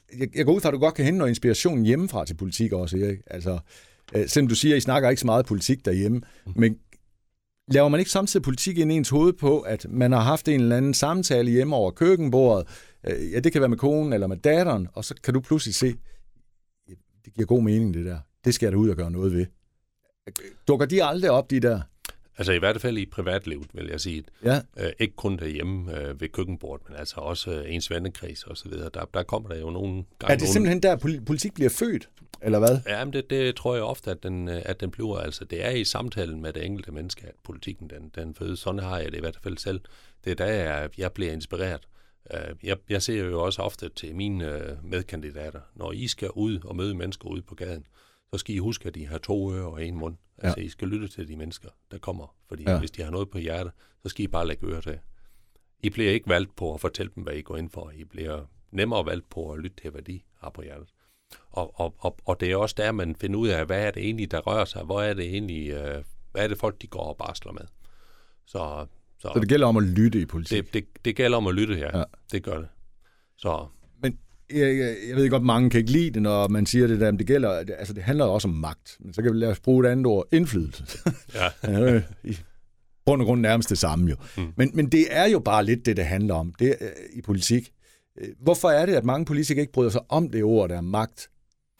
jeg, jeg går ud fra, at du godt kan hente noget inspiration hjemmefra til politik også, Erik. Altså, øh, selvom du siger, at I snakker ikke så meget politik derhjemme, mm. men laver man ikke samtidig politik ind i ens hoved på, at man har haft en eller anden samtale hjemme over køkkenbordet, øh, ja, det kan være med konen eller med datteren, og så kan du pludselig se, ja, det giver god mening, det der. Det skal jeg da ud og gøre noget ved. Dukker de aldrig op, de der? Altså i hvert fald i privatlivet, vil jeg sige. Ja. Øh, ikke kun derhjemme øh, ved køkkenbordet, men altså også øh, ens vennekreds og så videre. Der, der kommer der jo nogle gange... Er det nogen... simpelthen der, politik bliver født, eller hvad? Ja, men det, det tror jeg ofte, at den, at den bliver. Altså, det er i samtalen med det enkelte menneske, at politikken den, den fødes. Sådan har jeg det i hvert fald selv. Det er der, jeg, jeg bliver inspireret. Jeg, jeg ser jo også ofte til mine medkandidater, når I skal ud og møde mennesker ude på gaden, så skal I huske, at de har to ører og en mund. Altså, ja. I skal lytte til de mennesker, der kommer. Fordi ja. hvis de har noget på hjertet, så skal I bare lægge ører til. I bliver ikke valgt på at fortælle dem, hvad I går ind for. I bliver nemmere valgt på at lytte til, hvad de har på hjertet. Og, og, og, og det er også der, man finder ud af, hvad er det egentlig, der rører sig? Hvor er det egentlig, øh, hvad er det folk, de går og barsler med? Så, så, så det gælder om at lytte i politik? Det, det, det gælder om at lytte, ja. ja. Det gør det. Så... Men jeg, jeg, jeg ved godt, mange kan ikke lide det, når man siger det der, men det gælder, altså det handler også om magt. Men så kan vi lade os bruge et andet ord, indflydelse. Ja. I grund og grund nærmest det samme jo. Mm. Men, men det er jo bare lidt det, det handler om det er, i politik. Hvorfor er det, at mange politikere ikke bryder sig om det ord, der er magt?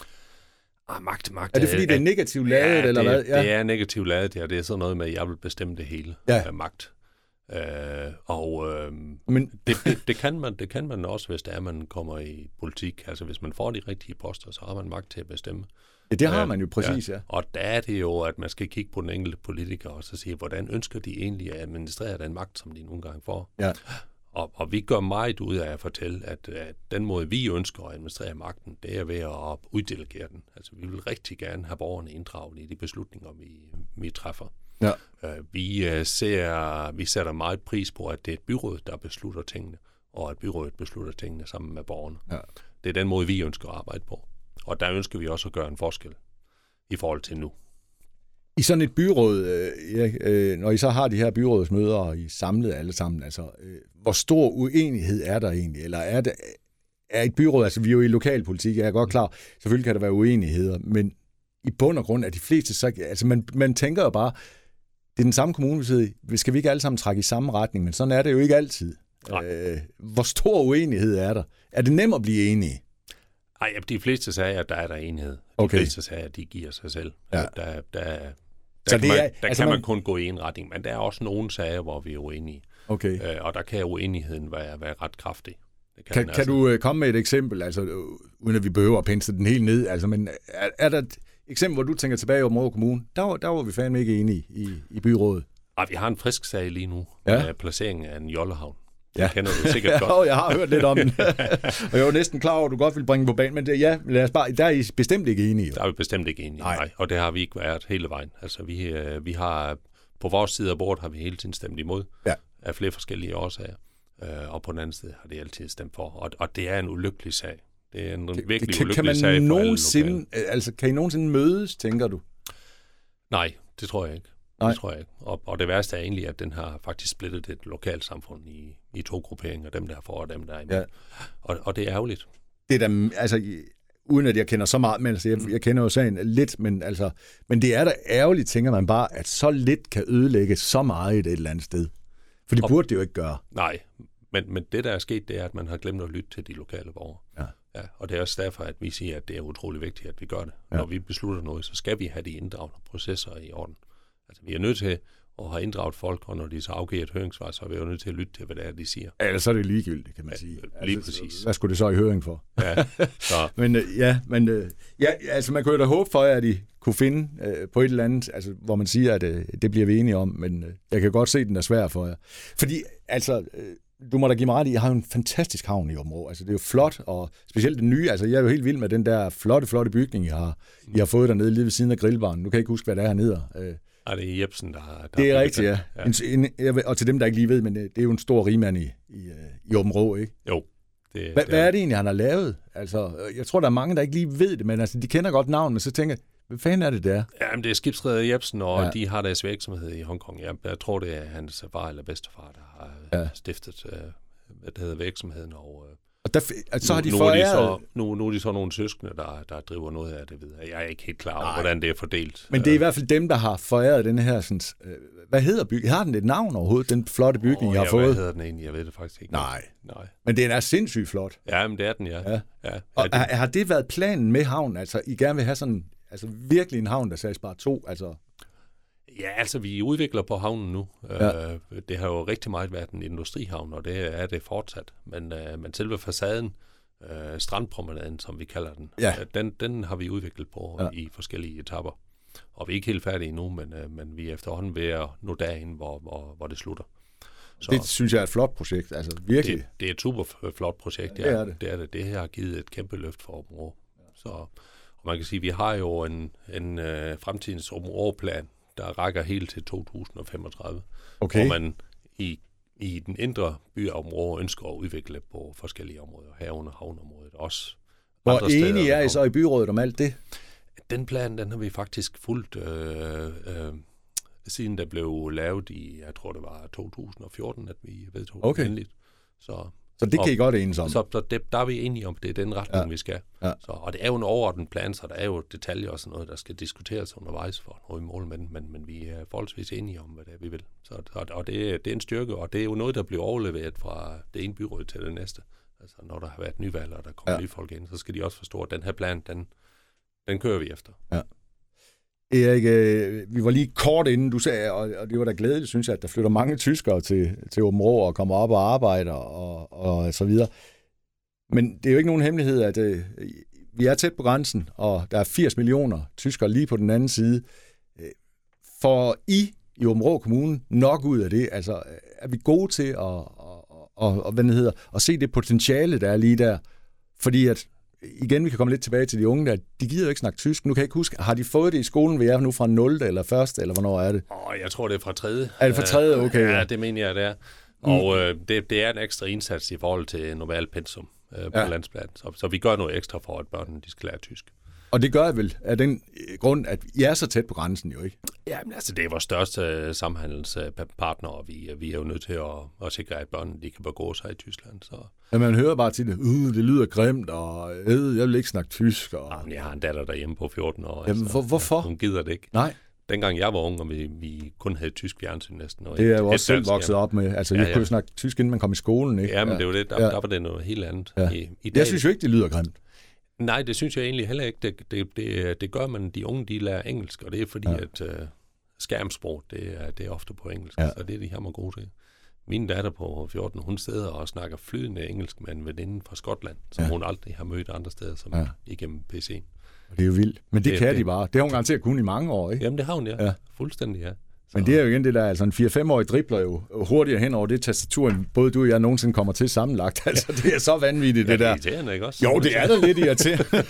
Ah, magt, magt. Er det fordi, det er negativt ladet, ja, eller det, hvad? Ja, det er negativt ladet, ja. Det er sådan noget med, at jeg vil bestemme det hele ja. af magt. Øh, og øh, Men... det, det, det, kan man, det kan man også, hvis det er, man kommer i politik. Altså, hvis man får de rigtige poster, så har man magt til at bestemme. Ja, det har man jo præcis, ja. ja. Og der er det jo, at man skal kigge på den enkelte politiker og så sige, hvordan ønsker de egentlig at administrere den magt, som de nogle gange får. Ja. Og, og vi gør meget ud af at fortælle, at, at den måde, vi ønsker at administrere magten, det er ved at uddelegere den. Altså, vi vil rigtig gerne have borgerne inddraget i de beslutninger, vi, vi træffer. Ja. Uh, vi, uh, ser, vi sætter meget pris på, at det er et byråd, der beslutter tingene, og at byrådet beslutter tingene sammen med borgerne. Ja. Det er den måde, vi ønsker at arbejde på. Og der ønsker vi også at gøre en forskel i forhold til nu. I sådan et byråd, øh, ja, øh, når I så har de her byrådsmøder, og I er samlet alle sammen, altså, øh, hvor stor uenighed er der egentlig? Eller er det er et byråd, altså vi er jo i lokalpolitik, jeg er godt klar, selvfølgelig kan der være uenigheder, men i bund og grund er de fleste, så, altså man, man tænker jo bare, det er den samme kommune, vi sidder i, skal vi ikke alle sammen trække i samme retning, men sådan er det jo ikke altid. Øh, hvor stor uenighed er der? Er det nemt at blive enige? Ej, de fleste sager, der er der enighed. De okay. fleste sager, de giver sig selv. Ja. Der, der, der, så kan, det man, er, der altså kan man, man kun gå i en retning, men der er også nogle sager, hvor vi er uenige. Okay. Øh, og der kan uenigheden være, være ret kraftig. Det kan kan, altså. kan du uh, komme med et eksempel, altså uden at vi behøver at pensle den helt ned, altså, men er, er der et eksempel, hvor du tænker tilbage over Aabenraa Kommune? Der var, der var vi fandme ikke enige i, i byrådet. Ej, vi har en frisk sag lige nu, ja. med placeringen af en jollehavn. Det ja. kender du sikkert godt. Ja, jeg har hørt lidt om den. Og jeg var næsten klar over, at du godt ville bringe på banen, men det, ja, lad os bare, der er I bestemt ikke enige. Jo. Der er vi bestemt ikke enige, nej. nej. Og det har vi ikke været hele vejen. Altså, vi, øh, vi har, på vores side af bordet har vi hele tiden stemt imod, ja. af flere forskellige årsager. Øh, og på den anden side har det altid stemt for. Og, og det er en ulykkelig sag. Det er en det, virkelig kan, ulykkelig kan man sag for nogensinde, alle lokale. altså, kan I nogensinde mødes, tænker du? Nej, det tror jeg ikke. Nej. Det tror jeg ikke. Og, og det værste er egentlig, at den har faktisk splittet et lokalt samfund i, i to grupperinger, dem der er for og dem der er imod. Ja. Og, og det er ærgerligt. Det er da, altså, uden at jeg kender så meget, men altså, jeg, jeg kender jo sagen lidt, men, altså, men det er da ærgerligt, tænker man bare, at så lidt kan ødelægge så meget i et eller andet sted. For det og, burde det jo ikke gøre. Nej, men, men det der er sket, det er, at man har glemt at lytte til de lokale borgere. Ja. Ja, og det er også derfor, at vi siger, at det er utrolig vigtigt, at vi gør det. Ja. Når vi beslutter noget, så skal vi have de inddragende processer i orden. Altså, vi er nødt til at have inddraget folk, og når de så afgiver et høringssvar, så er vi jo nødt til at lytte til, hvad det er, de siger. Ja, ellers så er det ligegyldigt, kan man sige. Ja, lige altså, præcis. Hvad skulle det så i høring for? Ja, så. men ja, men ja, altså man kunne jo da håbe for, at de kunne finde øh, på et eller andet, altså, hvor man siger, at øh, det bliver vi enige om, men øh, jeg kan godt se, at den er svær for jer. Fordi, altså, øh, du må da give mig ret i, jeg har jo en fantastisk havn i Aabenraa. Altså, det er jo flot, og specielt den nye, altså, jeg er jo helt vild med den der flotte, flotte bygning, I har, I har fået dernede lige ved siden af grillbaren. Nu kan jeg ikke huske, hvad det er hernede. Øh, Ja, det er Jebsen, der har... Det er rigtigt, ja. ja. En, en, og til dem, der ikke lige ved, men det er jo en stor rigmand i, i, i Aabenraa, ikke? Jo. Det, Hva, det hvad er det egentlig, han har lavet? Altså, jeg tror, der er mange, der ikke lige ved det, men altså, de kender godt navnet, men så tænker jeg, hvad fanden er det der? Jamen, det er skibsreder Jebsen, og ja. de har deres virksomhed i Hongkong. Jeg, jeg tror, det er hans far eller bedstefar, der har ja. stiftet, hvad det hedder, virksomheden. Og, Og der, altså, så har de nu, foræret... Nu er de, så, nu, nu er de så nogle søskende, der, der driver noget af det videre. Jeg er ikke helt klar over, Nej. hvordan det er fordelt. Men det er i hvert fald dem, der har foræret den her... Sådan, øh, hvad hedder bygningen? Har den et navn overhovedet, den flotte bygning, oh, jeg har ja, fået? Hvad hedder den egentlig? Jeg ved det faktisk ikke. Nej. Nej. Men den er sindssygt flot. Ja, men det er den, ja. ja. ja. Og ja, det... har, har det været planen med havnen? Altså, I gerne vil have sådan... Altså, virkelig en havn, der sags bare to, altså... Ja, altså vi udvikler på havnen nu. Ja. Uh, det har jo rigtig meget været en industrihavn, og det er det fortsat. Men, uh, men selve facaden, uh, strandpromenaden, som vi kalder den, ja. uh, den, den har vi udviklet på ja. i forskellige etapper. Og vi er ikke helt færdige endnu, men, uh, men vi er efterhånden ved at nå derhen, hvor, hvor, hvor det slutter. Så, det synes jeg er et flot projekt, altså virkelig. Det, det er et super flot projekt, ja. Det er det. Det, er det. Det her har givet et kæmpe løft for området. Så, og man kan sige, at vi har jo en, en uh, fremtidens områdeplan, der rækker helt til to tusind femogtredive, okay. hvor man i, i den indre byområde ønsker at udvikle på forskellige områder, herunder havneområdet også. Hvor enige er I så i byrådet om alt det? Den plan, den har vi faktisk fulgt, øh, øh, siden der blev lavet i, jeg tror det var to tusind fjorten, at vi vedtog okay. endeligt. Så, så det kan og, I godt enes om? Så, så det, der er vi enige om, det er den retning, ja. vi skal. Ja. Så, og det er jo en overordnet plan, så der er jo detaljer og sådan noget, der skal diskuteres undervejs for at nå i mål, men, men, men vi er forholdsvis enige om, hvad det er, vi vil. Så, og det, det er en styrke, og det er jo noget, der bliver overleveret fra det ene byråd til det næste. Altså når der har været nyvalg, og der kommer ja. nye folk ind, så skal de også forstå, at den her plan, den, den kører vi efter. Ja. Erik, vi var lige kort inden, du sagde, og det var da glædeligt, synes jeg, at der flytter mange tyskere til, til Åben Rå og kommer op og arbejder og, og så videre. Men det er jo ikke nogen hemmelighed, at øh, vi er tæt på grænsen, og der er firs millioner tyskere lige på den anden side. For I i Åben Rå Kommune nok ud af det? Altså, er vi gode til at, og, og, og, hvad det hedder, at se det potentiale, der er lige der? Fordi at igen, vi kan komme lidt tilbage til de unge der. De gider jo ikke snakke tysk. Nu kan jeg ikke huske, har de fået det i skolen, vi er nu fra nul eller første, eller hvornår er det? Åh, oh, jeg tror, det er fra tredje. Er det fra tredje? Okay. Ja, det mener jeg, det er. Og mm. øh, det, det er en ekstra indsats i forhold til normal pensum øh, på ja. landsplan. Så, så vi gør noget ekstra for, at børnene de skal lære tysk. Og det gør jeg vel af den grund, at I er så tæt på grænsen jo, ikke? Ja, men altså, det er vores største samhandelspartner, og vi, vi er jo nødt til at, at sikre, at børnene de kan begå sig i Tyskland. Så. Ja, man hører bare til det, uh, det lyder grimt, og øh, jeg vil ikke snakke tysk. Og... Jamen, jeg har en datter derhjemme på fjorten år. Jamen, altså, hvor, hvorfor? Hun gider det ikke. Nej. Dengang jeg var ung, og vi, vi kun havde tysk fjernsyn næsten. Og det er jo også selv vokset op med. Altså, ja, ja. Jeg kunne snakke tysk, inden man kom i skolen, ikke? Ja, men ja. det var det. Der, ja. der var det noget helt andet. Ja. I, i dag, jeg synes jo ikke, det lyder grimt. Nej, det synes jeg egentlig heller ikke. Det, det, det, det gør man, de unge, de lærer engelsk, og det er fordi, ja. at uh, skærmsprog, det er, det er ofte på engelsk, ja. så det er de her man gode til. Min datter på fjorten, hun sidder og snakker flydende engelsk med en veninde fra Skotland, som ja. hun aldrig har mødt andre steder, som ja. igennem P C'en. Det er jo vildt. Men det, det kan det, de bare. Det har hun garanteret kun i mange år, ikke? Jamen, det har hun, ja. ja. Fuldstændig, ja. Men det er jo igen det der, altså en fire-fem-årig dribler jo hurtigere hen over det tastatur, end både du og jeg nogensinde kommer til sammenlagt. Altså, det er så vanvittigt, ja, det der. Det er irriterende, ikke også? Jo, det er da lidt irriterende.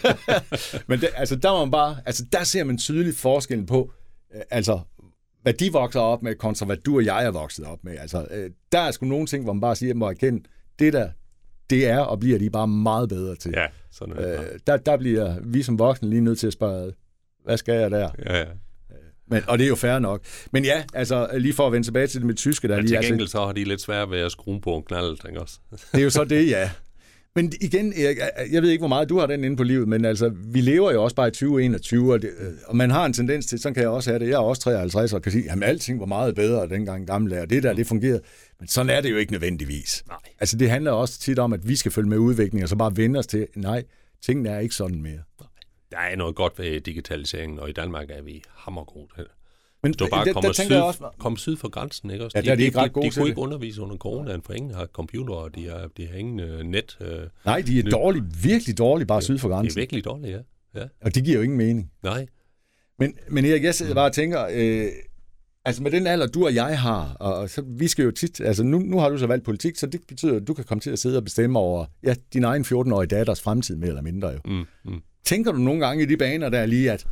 Men det, altså, der var man bare, altså, der ser man tydeligt forskellen på, øh, altså, hvad de vokser op med, kontra hvad du og jeg er vokset op med. Altså, øh, der er sgu nogle ting, hvor man bare siger, at må erkende, det der, det er og bliver de bare meget bedre til. Ja, sådan er det. Øh, der, der bliver vi som voksne lige nødt til at spørge, hvad skal jeg der? Ja, ja. Men, og det er jo fair nok. Men ja, altså lige for at vende tilbage til det med tyske. Der ja, lige, til altså, gengæld så har de lidt svært ved at skrue på en knald, tænker også. Det er jo så det, ja. Men igen, Erik, jeg ved ikke, hvor meget du har den inde på livet, men altså, vi lever jo også bare i tyve enogtyve, og, det, og man har en tendens til, sådan kan jeg også have det, jeg er også treoghalvtreds og kan sige, at alting var meget bedre dengang gamle, og det der, det fungerede. Men sådan er det jo ikke nødvendigvis. Nej. Altså, det handler også tit om, at vi skal følge med udviklingen, og så bare vende os til, nej, tingene er ikke sådan mere. Nej. Der er noget godt ved digitaliseringen, og i Danmark er vi hammergode til det. Men du bare der, kommer der syd, også... kom syd for grænsen, ikke også? Ja, der er de, de ikke ret gode de, de, de kunne det. ikke undervise under coronaen, for ingen har computer, og de har, de har ingen uh, net. Uh, Nej, de er dårlige, virkelig dårlige bare syd for grænsen. De er virkelig dårlige, ja. ja. Og det giver jo ingen mening. Nej. Men, men Erik, jeg sidder bare og tænker, øh, altså med den alder, du og jeg har, og så vi skal jo tit, altså nu, nu har du så valgt politik, så det betyder, at du kan komme til at sidde og bestemme over, ja, din egen fjorten-årige datters fremtid, mere eller mindre jo. Mm, mm. Tænker du nogle gange i de baner der lige, at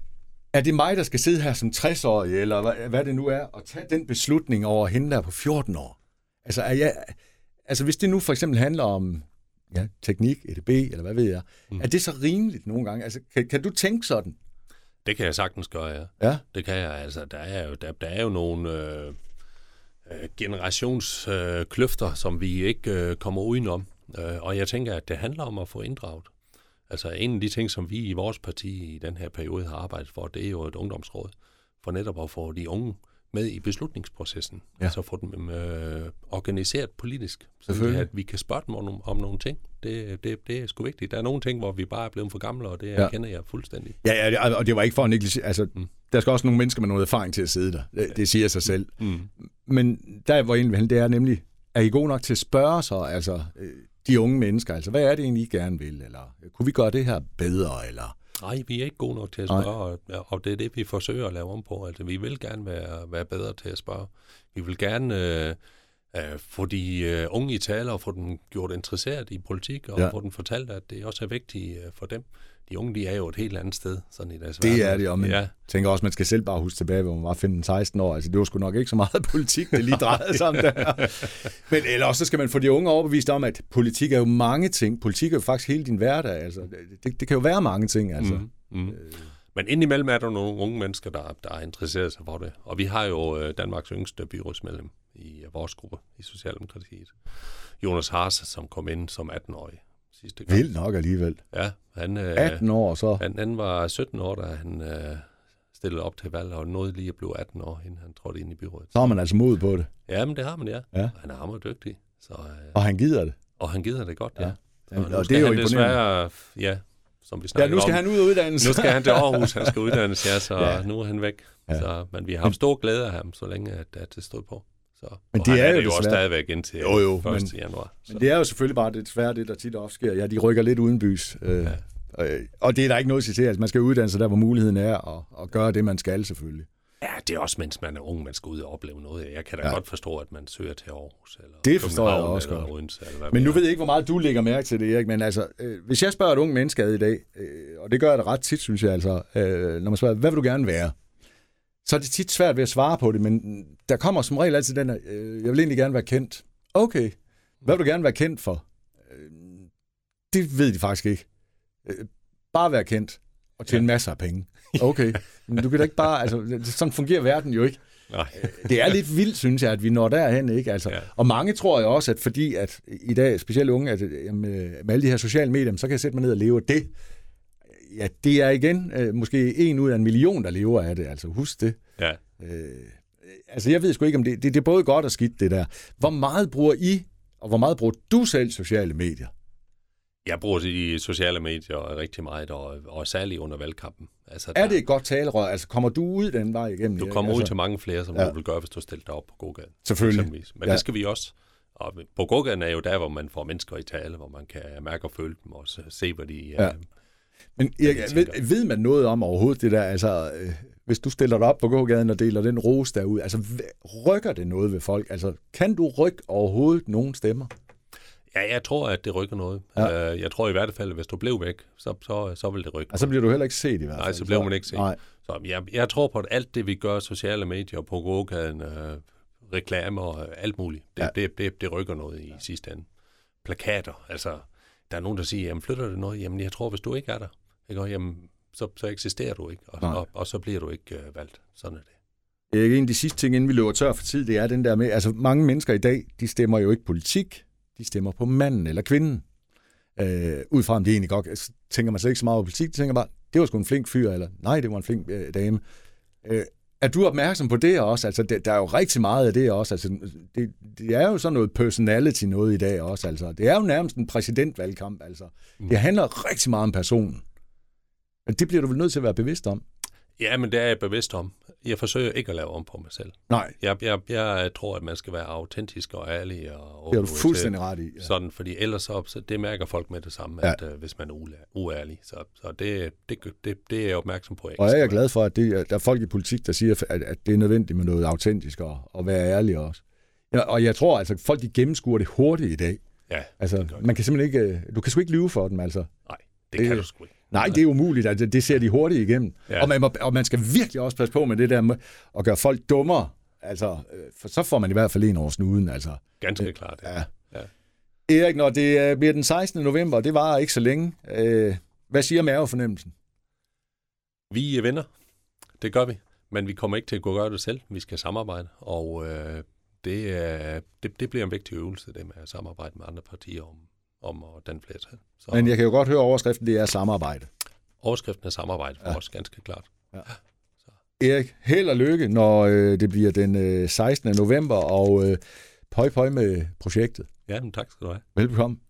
er det mig, der skal sidde her som tres-årig, eller hvad, hvad det nu er, og tage den beslutning over hende der på fjorten år? Altså, er jeg, altså hvis det nu for eksempel handler om ja, teknik, E D B, eller hvad ved jeg, mm. er det så rimeligt nogle gange? Altså, kan, kan du tænke sådan? Det kan jeg sagtens gøre, ja. Ja? Det kan jeg. Altså, der er jo, der, der er jo nogle øh, generationskløfter, øh, som vi ikke øh, kommer udenom. Øh, og jeg tænker, at det handler om at få inddraget. Altså en af de ting, som vi i vores parti i den her periode har arbejdet for, det er jo et ungdomsråd, for netop at få de unge med i beslutningsprocessen. Ja. Altså få dem øh, organiseret politisk, så at vi kan spørge dem om, om nogle ting. Det, det, det er sgu vigtigt. Der er nogle ting, hvor vi bare er blevet for gamle, og det ja. kender jeg fuldstændig. Ja, ja, og det var ikke for at negligere. Altså, mm. der skal også nogle mennesker med noget erfaring til at sidde der. Det, det siger sig selv. Mm. Men der, hvor egentlig det er nemlig, er I gode nok til at spørge sig, altså de unge mennesker, altså hvad er det egentlig, I gerne vil? Eller kunne vi gøre det her bedre? Eller... Nej, vi er ikke gode nok til at spørge, og, og det er det, vi forsøger at lave om på. Altså, vi vil gerne være, være bedre til at spørge. Vi vil gerne øh, øh, få de øh, unge i tale og få dem gjort interesseret i politik, og ja. få dem fortalt, at det også er vigtigt øh, for dem. De unge, de er jo et helt andet sted, sådan i deres verden. Det er det, og man ja. tænker også, man skal selv bare huske tilbage, hvor man var femten seksten år. Altså, det var sgu nok ikke så meget politik, det lige drejede sig om der. Men ellers så skal man få de unge overbevist om, at politik er jo mange ting. Politik er jo faktisk hele din hverdag. Altså, det, det kan jo være mange ting, altså. Mm, mm. Øh. Men indimellem er der nogle unge mennesker, der, der er interesseret sig for det. Og vi har jo øh, Danmarks yngste byrådsmedlem i øh, vores gruppe i Socialdemokratiet. Jonas Harse, som kom ind som atten-årig. Vildt nok alligevel. Ja, han, atten år så. Han, han var sytten år, da han øh, stillede op til valg, og nåede lige at blive atten år, inden han trådte ind i byrådet. Så har man altså mod på det. Ja, men det har man, ja. ja. Han er hammer dygtig. Så, øh, og han gider det. Og han gider det godt, ja. ja. Og, og det er jo imponerende. Desværre, ja, som vi snakker om. Ja, nu skal om. han ud og uddannes. Nu skal han til Aarhus, han skal uddannes, ja, så ja. nu er han væk. Ja. Så, men vi har haft stor glæde af ham, så længe at, at det stod på. Så, men det er, er jo det jo også stadigvæk indtil jo, jo, første januar. Så. Men det er jo selvfølgelig bare det desværre det, der tit ofte sker. Ja, de rykker lidt uden bys. Øh, ja. øh, og det er der ikke noget at sige til. Altså, man skal uddanne sig der, hvor muligheden er, og, og gøre det, man skal selvfølgelig. Ja, det er også, mens man er ung, man skal ud og opleve noget. Jeg kan da ja. godt forstå, at man søger til Aarhus. Eller det forstår jeg også godt. Odense, men nu ved jeg ikke, hvor meget du lægger mærke til det, Erik. Men altså, øh, hvis jeg spørger et ung menneske i dag, øh, og det gør jeg da ret tit, synes jeg altså, øh, når man spørger, hvad vil du gerne være? Så er det tit svært ved at svare på det, men der kommer som regel altid den her, øh, jeg vil egentlig gerne være kendt. Okay, hvad vil du gerne være kendt for? Øh, det ved de faktisk ikke. Øh, bare være kendt og tjene ja. masser af penge. Okay, men du kan da ikke bare, altså sådan fungerer verden jo ikke. Nej. Det er lidt vildt, synes jeg, at vi når derhen, ikke? Altså, ja. Og mange tror jo også, at fordi at i dag, specielt unge, at jamen, med alle de her sociale medier, så kan jeg sætte mig ned og leve af det. Ja, det er igen øh, måske en ud af en million, der lever af det. Altså, husk det. Ja. Øh, altså, jeg ved sgu ikke, om det, det, det er både godt og skidt, det der. Hvor meget bruger I, og hvor meget bruger du selv sociale medier? Jeg bruger de sociale medier rigtig meget, og, og særligt under valgkampen. Altså, er det et godt talerør? Altså, kommer du ud den vej igennem? Du kommer altså, ud til mange flere, som ja. du vil gøre, hvis du stiller dig op på gågaden. Selvfølgelig. Men ja. det skal vi også. Og på gågaden er jo der, hvor man får mennesker i tale, hvor man kan mærke og føle dem, og se, hvad de... Ja. Øh, Men Erik, ved, ved man noget om overhovedet det der, altså øh, hvis du stiller dig op på gågaden og deler den ros derud, altså rykker det noget ved folk? Altså kan du rykke overhovedet nogen stemmer? Ja, jeg tror, at det rykker noget. Ja. Uh, jeg tror i hvert fald, at hvis du blev væk, så, så, så vil det rykke. Og så bliver du heller ikke set i hvert fald. Nej, så bliver man ikke set. Nej. Så jeg, jeg tror på, at alt det, vi gør, sociale medier på gågaden, øh, reklamer, alt muligt, det, ja. det, det, det rykker noget i sidste ende. Plakater, altså, der er nogen, der siger, jamen flytter det noget? Jamen jeg tror, hvis du ikke er der, ikke? Jamen, så, så eksisterer du ikke, og, og, og så bliver du ikke øh, valgt. Sådan er det. Erik, en af de sidste ting, inden vi løber tør for tid, det er den der med, altså mange mennesker i dag, de stemmer jo ikke politik, de stemmer på manden eller kvinden. Øh, ud fra om de egentlig godt, tænker man så ikke så meget på politik, de tænker bare, det var sgu en flink fyr, eller nej, det var en flink øh, dame. Øh, er du opmærksom på det også? Altså, det, der er jo rigtig meget af det også. Altså, det, det er jo sådan noget personality noget i dag også. Altså, det er jo nærmest en præsidentvalgkamp. Altså. Mm. Det handler rigtig meget om personen. Men det bliver du vel nødt til at være bevidst om? Ja, men det er jeg bevidst om. Jeg forsøger ikke at lave om på mig selv. Nej. Jeg, jeg, jeg tror, at man skal være autentisk og ærlig. Og det er du fuldstændig ret i. Ja. Sådan, fordi ellers så, så det mærker folk med det samme, ja. at uh, hvis man er uærlig. Så, så det, det, det, det er jeg opmærksom på. Jeg og jeg er glad for, at det, der er folk i politik, der siger, at, at det er nødvendigt med noget autentisk og, og være ærlig også. Ja, og jeg tror, altså, folk de gennemskuer det hurtigt i dag. Ja, altså, man kan simpelthen ikke, du kan sgu ikke lyve for dem, altså. Nej, det, det kan du sgu ikke. Nej, det er umuligt. Altså, det ser de hurtigt igennem. Ja. Og, man må, og man skal virkelig også passe på med det der med at gøre folk dummere. Altså, for så får man i hvert fald en over snuden. Altså. Ganske klart, ja. ja. ja. Erik, når det bliver den sekstende november, det var ikke så længe. Hvad siger mavefornemmelsen? Vi er venner. Det gør vi. Men vi kommer ikke til at gå og gøre det selv. Vi skal samarbejde. Og øh, det, det, det bliver en vigtig øvelse, det med at samarbejde med andre partier om, om at danne flertal. Så Men jeg kan jo godt høre overskriften, det er samarbejde. overskriften er samarbejde for Ja. os, ganske klart. Ja. Erik, held og lykke, når øh, det bliver den øh, sekstende november, og øh, pøj pøj med projektet. Ja, men tak skal du have. Velbekomme.